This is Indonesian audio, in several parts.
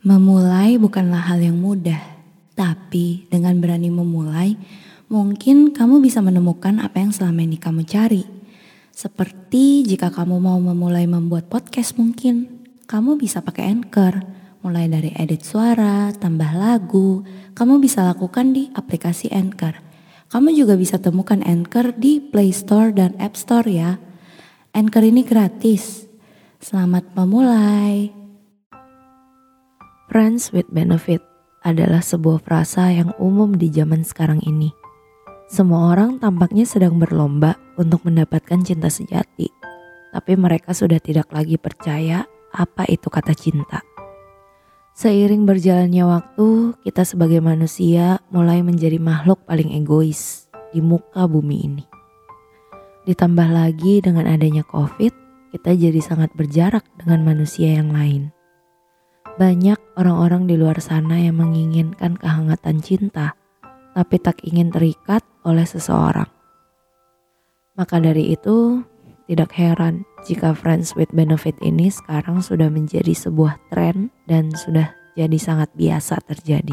Memulai bukanlah hal yang mudah, tapi dengan berani memulai, mungkin kamu bisa menemukan apa yang selama ini kamu cari. Seperti jika kamu mau memulai membuat podcast mungkin, kamu bisa pakai Anchor. Mulai dari edit suara, tambah lagu, kamu bisa lakukan di aplikasi Anchor. Kamu juga bisa temukan Anchor di Play Store dan App Store ya. Anchor ini gratis. Selamat memulai. Friends with benefit adalah sebuah frasa yang umum di zaman sekarang ini. Semua orang tampaknya sedang berlomba untuk mendapatkan cinta sejati, tapi mereka sudah tidak lagi percaya apa itu kata cinta. Seiring berjalannya waktu, kita sebagai manusia mulai menjadi makhluk paling egois di muka bumi ini. Ditambah lagi dengan adanya COVID, kita jadi sangat berjarak dengan manusia yang lain. Banyak orang-orang di luar sana yang menginginkan kehangatan cinta, tapi tak ingin terikat oleh seseorang. Maka dari itu, tidak heran jika friends with benefit ini sekarang sudah menjadi sebuah tren dan sudah jadi sangat biasa terjadi.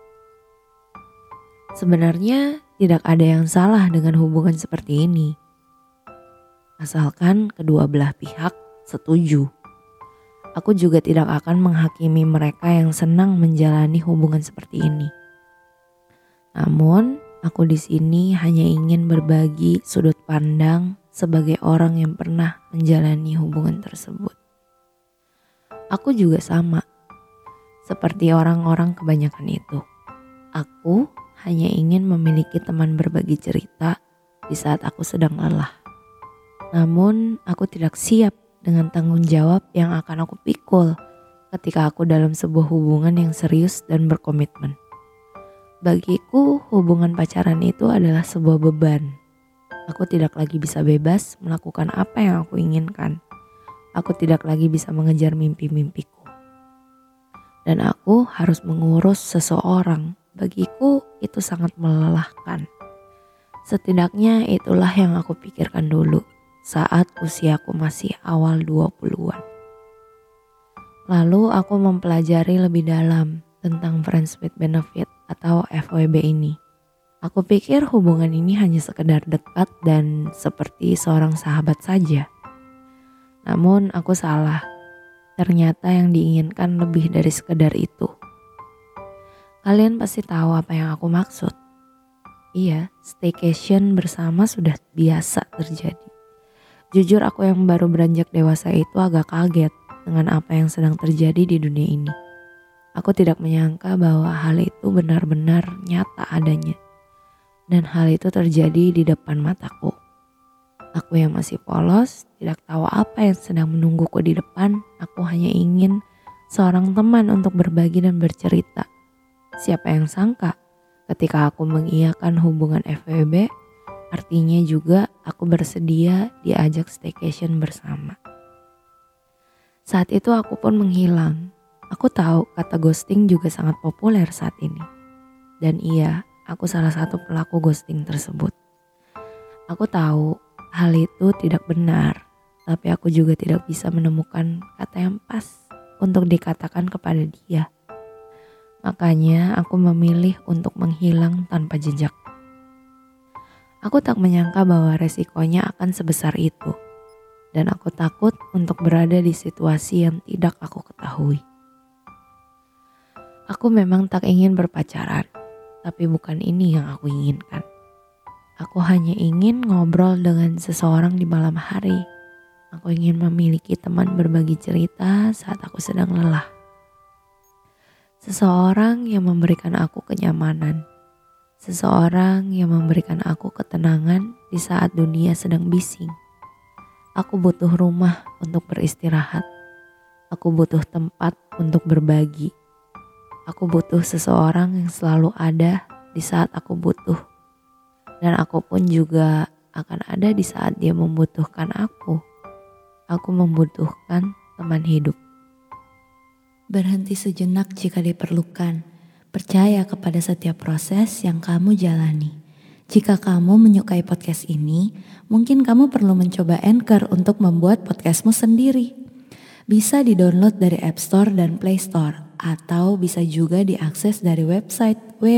Sebenarnya tidak ada yang salah dengan hubungan seperti ini, asalkan kedua belah pihak setuju. Aku juga tidak akan menghakimi mereka yang senang menjalani hubungan seperti ini. Namun, aku di sini hanya ingin berbagi sudut pandang sebagai orang yang pernah menjalani hubungan tersebut. Aku juga sama, seperti orang-orang kebanyakan itu. Aku hanya ingin memiliki teman berbagi cerita di saat aku sedang lelah. Namun, aku tidak siap dengan tanggung jawab yang akan aku pikul ketika aku dalam sebuah hubungan yang serius dan berkomitmen. Bagiku, hubungan pacaran itu adalah sebuah beban. Aku tidak lagi bisa bebas melakukan apa yang aku inginkan. Aku tidak lagi bisa mengejar mimpi-mimpiku. Dan aku harus mengurus seseorang. Bagiku itu sangat melelahkan. Setidaknya itulah yang aku pikirkan dulu saat usiaku masih awal 20-an. Lalu aku mempelajari lebih dalam tentang friends with benefit atau FWB ini. Aku pikir hubungan ini hanya sekedar dekat dan seperti seorang sahabat saja. Namun aku salah. Ternyata yang diinginkan lebih dari sekedar itu. Kalian pasti tahu apa yang aku maksud. Iya, staycation bersama sudah biasa terjadi. Jujur aku yang baru beranjak dewasa itu agak kaget dengan apa yang sedang terjadi di dunia ini. Aku tidak menyangka bahwa hal itu benar-benar nyata adanya. Dan hal itu terjadi di depan mataku. Aku yang masih polos, tidak tahu apa yang sedang menungguku di depan. Aku hanya ingin seorang teman untuk berbagi dan bercerita. Siapa yang sangka ketika aku mengiyakan hubungan FWB, artinya juga aku bersedia diajak staycation bersama. Saat itu aku pun menghilang. Aku tahu kata ghosting juga sangat populer saat ini. Dan iya, aku salah satu pelaku ghosting tersebut. Aku tahu hal itu tidak benar, tapi aku juga tidak bisa menemukan kata yang pas untuk dikatakan kepada dia. Makanya aku memilih untuk menghilang tanpa jejak. Aku tak menyangka bahwa resikonya akan sebesar itu. Dan aku takut untuk berada di situasi yang tidak aku ketahui. Aku memang tak ingin berpacaran, tapi bukan ini yang aku inginkan. Aku hanya ingin ngobrol dengan seseorang di malam hari. Aku ingin memiliki teman berbagi cerita saat aku sedang lelah. Seseorang yang memberikan aku kenyamanan. Seseorang yang memberikan aku ketenangan di saat dunia sedang bising. Aku butuh rumah untuk beristirahat. Aku butuh tempat untuk berbagi. Aku butuh seseorang yang selalu ada di saat aku butuh. Dan aku pun juga akan ada di saat dia membutuhkan aku. Aku membutuhkan teman hidup. Berhenti sejenak jika diperlukan. Percaya kepada setiap proses yang kamu jalani. Jika kamu menyukai podcast ini, mungkin kamu perlu mencoba Anchor untuk membuat podcastmu sendiri. Bisa di-download dari App Store dan Play Store, atau bisa juga diakses dari website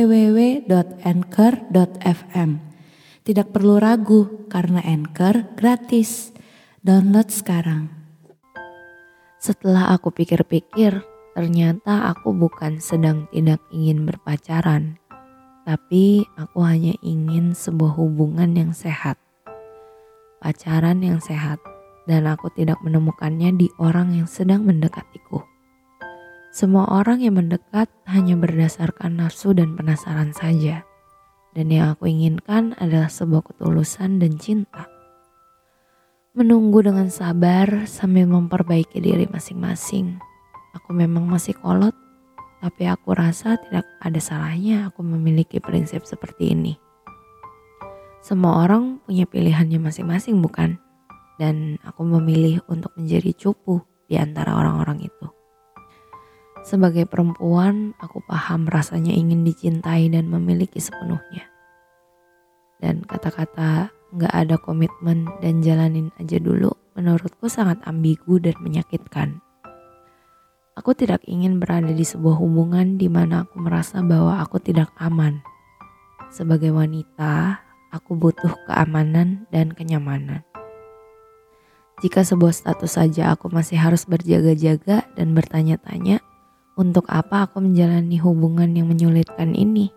www.anchor.fm. Tidak perlu ragu karena Anchor gratis. Download sekarang. Setelah aku pikir-pikir, ternyata aku bukan sedang tidak ingin berpacaran, tapi aku hanya ingin sebuah hubungan yang sehat. Pacaran yang sehat. Dan aku tidak menemukannya di orang yang sedang mendekatiku. Semua orang yang mendekat hanya berdasarkan nafsu dan penasaran saja. Dan yang aku inginkan adalah sebuah ketulusan dan cinta. Menunggu dengan sabar sambil memperbaiki diri masing-masing. Aku memang masih kolot, tapi aku rasa tidak ada salahnya aku memiliki prinsip seperti ini. Semua orang punya pilihannya masing-masing, bukan? Dan aku memilih untuk menjadi cupu di antara orang-orang itu. Sebagai perempuan, aku paham rasanya ingin dicintai dan memiliki sepenuhnya. Dan kata-kata gak ada komitmen dan jalanin aja dulu menurutku sangat ambigu dan menyakitkan. Aku tidak ingin berada di sebuah hubungan di mana aku merasa bahwa aku tidak aman. Sebagai wanita, aku butuh keamanan dan kenyamanan. Jika sebuah status saja aku masih harus berjaga-jaga dan bertanya-tanya, untuk apa aku menjalani hubungan yang menyulitkan ini?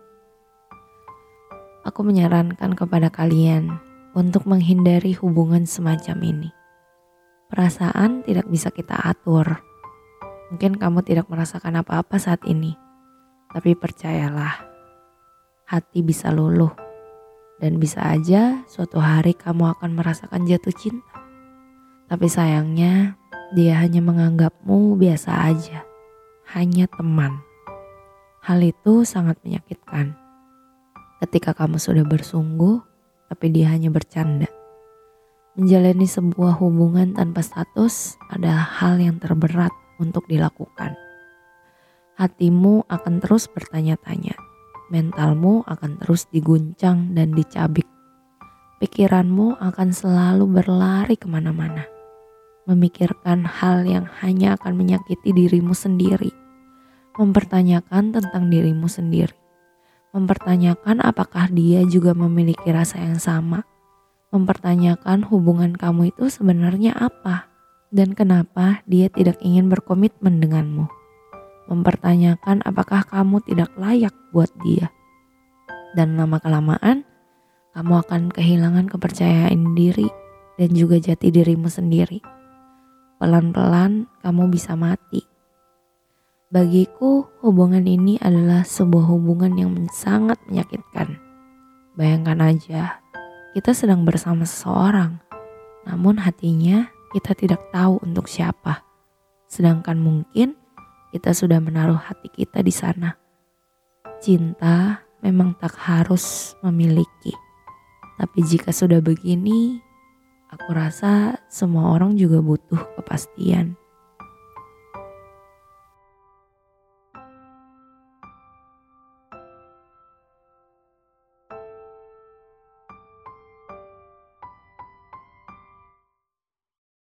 Aku menyarankan kepada kalian untuk menghindari hubungan semacam ini. Perasaan tidak bisa kita atur. Mungkin kamu tidak merasakan apa-apa saat ini, tapi percayalah, hati bisa luluh. Dan bisa aja suatu hari kamu akan merasakan jatuh cinta. Tapi sayangnya dia hanya menganggapmu biasa aja, hanya teman. Hal itu sangat menyakitkan. Ketika kamu sudah bersungguh, tapi dia hanya bercanda. Menjalani sebuah hubungan tanpa status adalah hal yang terberat untuk dilakukan. Hatimu akan terus bertanya-tanya, mentalmu akan terus diguncang dan dicabik. Pikiranmu akan selalu berlari kemana-mana. Memikirkan hal yang hanya akan menyakiti dirimu sendiri. Mempertanyakan tentang dirimu sendiri. Mempertanyakan apakah dia juga memiliki rasa yang sama. Mempertanyakan hubungan kamu itu sebenarnya apa. Dan kenapa dia tidak ingin berkomitmen denganmu. Mempertanyakan apakah kamu tidak layak buat dia. Dan lama-kelamaan kamu akan kehilangan kepercayaan diri dan juga jati dirimu sendiri. Pelan-pelan kamu bisa mati. Bagiku hubungan ini adalah sebuah hubungan yang sangat menyakitkan. Bayangkan aja, kita sedang bersama seseorang, namun hatinya kita tidak tahu untuk siapa. Sedangkan mungkin kita sudah menaruh hati kita di sana. Cinta memang tak harus memiliki. Tapi jika sudah begini, aku rasa semua orang juga butuh kepastian.